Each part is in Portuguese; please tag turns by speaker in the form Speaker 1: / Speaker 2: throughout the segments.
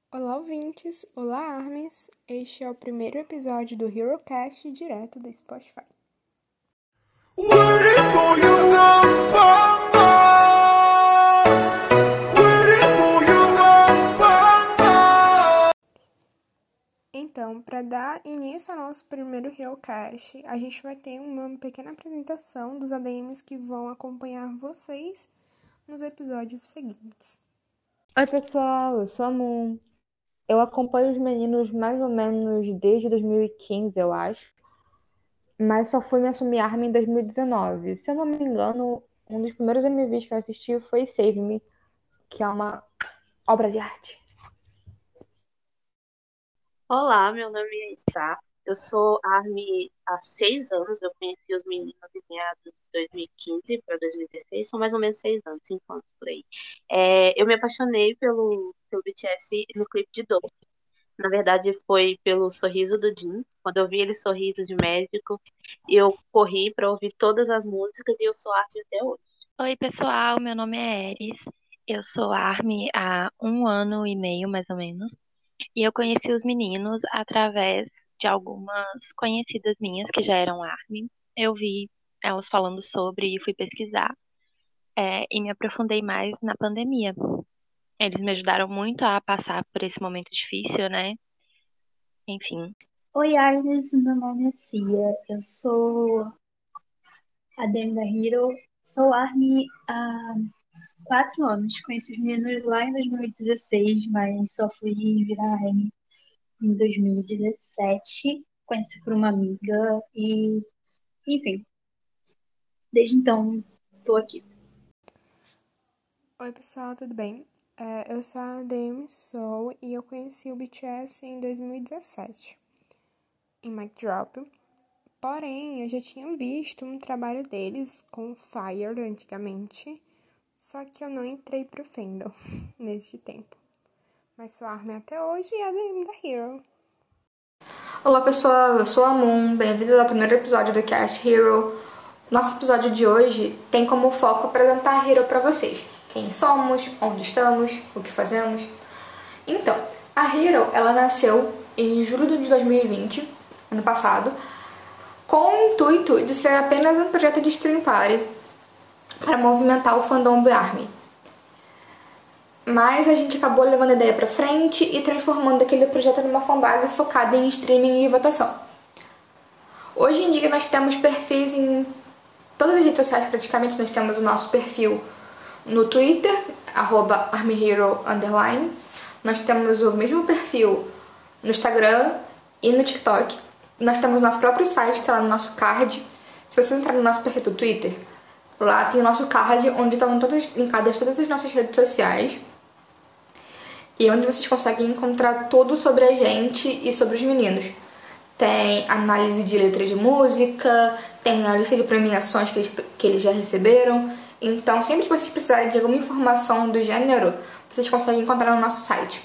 Speaker 1: Olá, ouvintes! Olá, Armes! Este é o primeiro episódio do HeroCast direto do Spotify. Então, para dar início ao nosso primeiro HeroCast, a gente vai ter uma pequena apresentação dos ADMs que vão acompanhar vocês nos episódios seguintes.
Speaker 2: Oi, pessoal, eu sou a Moon. Eu acompanho os meninos mais ou menos desde 2015, eu acho, mas só fui me assumir ARMY em 2019. Se eu não me engano, um dos primeiros MVs que eu assisti foi Save Me, que é uma obra de arte.
Speaker 3: Olá, meu nome é Sá. Eu sou ARMY há 6 anos. Eu conheci os meninos em meados de 2015 para 2016. São mais ou menos 6 anos, 5 anos por aí. Eu me apaixonei pelo BTS no clipe de Dope. Na verdade, foi pelo sorriso do Jin. Quando eu vi ele sorriso de médico, eu corri para ouvir todas as músicas e eu sou ARMY até hoje.
Speaker 4: Oi, pessoal, meu nome é Eris. Eu sou ARMY há 1 ano e meio, mais ou menos. E eu conheci os meninos através de algumas conhecidas minhas que já eram ARMY. Eu vi elas falando sobre e fui pesquisar. E me aprofundei mais na pandemia. Eles me ajudaram muito a passar por esse momento difícil, né? Enfim.
Speaker 5: Oi, Agnes, meu nome é Cia. Eu sou a Demi da Hero. Sou ARMY há 4 anos. Conheci os meninos lá em 2016, mas só fui virar ARMY em 2017. Conheci por uma amiga e, enfim, desde então tô aqui.
Speaker 1: Oi, pessoal, tudo bem? Eu sou a ADM Soul e eu conheci o BTS em 2017, em Mic Drop. Porém, eu já tinha visto um trabalho deles com Fire antigamente, só que eu não entrei pro fandom neste tempo. Mas sou ARMY até hoje e ADM da Hero.
Speaker 6: Olá pessoal, eu sou a Moon, bem-vindos ao primeiro episódio do Cast Hero. Nosso episódio de hoje tem como foco apresentar a Hero para vocês. Quem somos, onde estamos, o que fazemos. Então, a Hero, ela nasceu em julho de 2020, ano passado, com o intuito de ser apenas um projeto de stream party para movimentar o fandom do ARMY. Mas a gente acabou levando a ideia pra frente e transformando aquele projeto numa fanbase focada em streaming e votação. Hoje em dia nós temos perfis em todas as redes sociais praticamente. Nós temos o nosso perfil no Twitter, @ArmyHero_. Nós temos o mesmo perfil no Instagram e no TikTok. Nós temos o nosso próprio site, que está lá no nosso card. Se você entrar no nosso perfil do Twitter, lá tem o nosso card, onde estão linkadas todas as nossas redes sociais. E onde vocês conseguem encontrar tudo sobre a gente e sobre os meninos. Tem análise de letra de música, tem a lista de premiações que eles já receberam. Então, sempre que vocês precisarem de alguma informação do gênero, vocês conseguem encontrar no nosso site.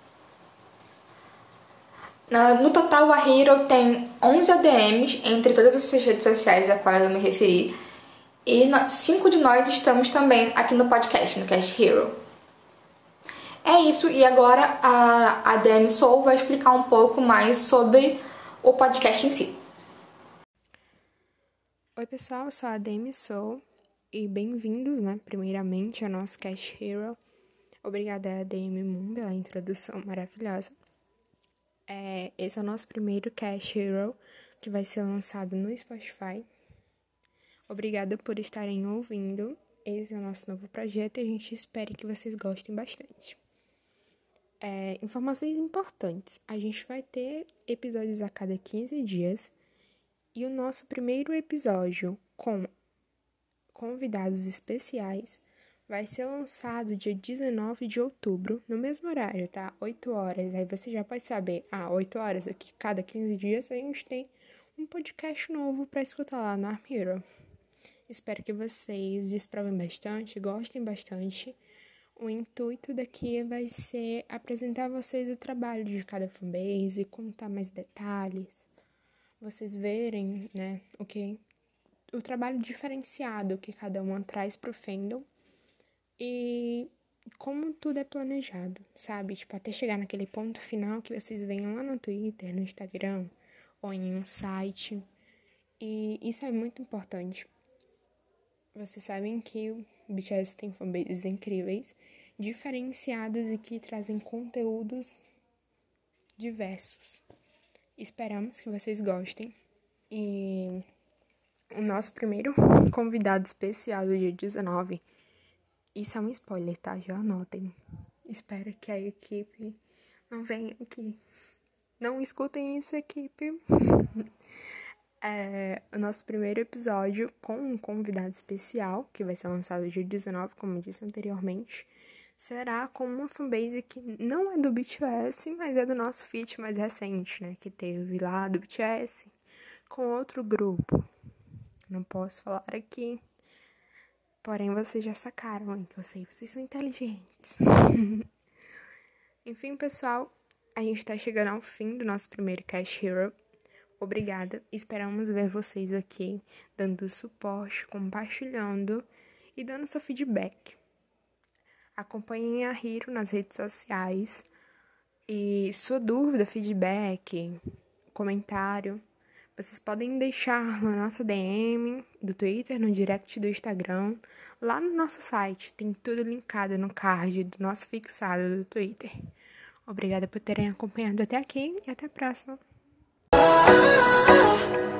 Speaker 6: No total, a Hero tem 11 ADMs entre todas essas redes sociais a quais eu me referi. E 5 de nós estamos também aqui no podcast, no Cast Hero. É isso, e agora a ADM Soul vai explicar um pouco mais sobre o podcast em si.
Speaker 1: Oi, pessoal, eu sou a ADM Soul e bem-vindos, primeiramente ao nosso Cast Hero. Obrigada, ADM Moon, pela introdução maravilhosa. Esse é o nosso primeiro Cast Hero, que vai ser lançado no Spotify. Obrigada por estarem ouvindo. Esse é o nosso novo projeto e a gente espera que vocês gostem bastante. Informações importantes. A gente vai ter episódios a cada 15 dias. E o nosso primeiro episódio com convidados especiais vai ser lançado dia 19 de outubro, no mesmo horário, tá? 8 horas. Aí você já pode saber, 8 horas aqui, cada 15 dias a gente tem um podcast novo para escutar lá no Army Hero. Espero que vocês desprovem bastante, gostem bastante. O intuito daqui vai ser apresentar a vocês o trabalho de cada fanbase, contar mais detalhes, vocês verem, o trabalho diferenciado que cada uma traz pro fandom e como tudo é planejado, sabe? Tipo, até chegar naquele ponto final que vocês veem lá no Twitter, no Instagram ou em um site. E isso é muito importante. Vocês sabem que o BTS tem fanbases incríveis, diferenciadas e que trazem conteúdos diversos. Esperamos que vocês gostem. E o nosso primeiro convidado especial do dia 19, isso é um spoiler, tá? Já anotem. Espero que a equipe não venha aqui. Não escutem isso, equipe. O nosso primeiro episódio com um convidado especial, que vai ser lançado dia 19, como disse anteriormente, será com uma fanbase que não é do BTS, mas é do nosso feat mais recente, né? Que teve lá do BTS com outro grupo. Não posso falar aqui, porém vocês já sacaram, hein? Que eu sei, vocês são inteligentes. Enfim, pessoal, a gente tá chegando ao fim do nosso primeiro Cast Hero. Obrigada, esperamos ver vocês aqui, dando suporte, compartilhando e dando seu feedback. Acompanhem a Hiro nas redes sociais e sua dúvida, feedback, comentário, vocês podem deixar na nossa DM do Twitter, no direct do Instagram, lá no nosso site, tem tudo linkado no card do nosso fixado do Twitter. Obrigada por terem acompanhado até aqui e até a próxima.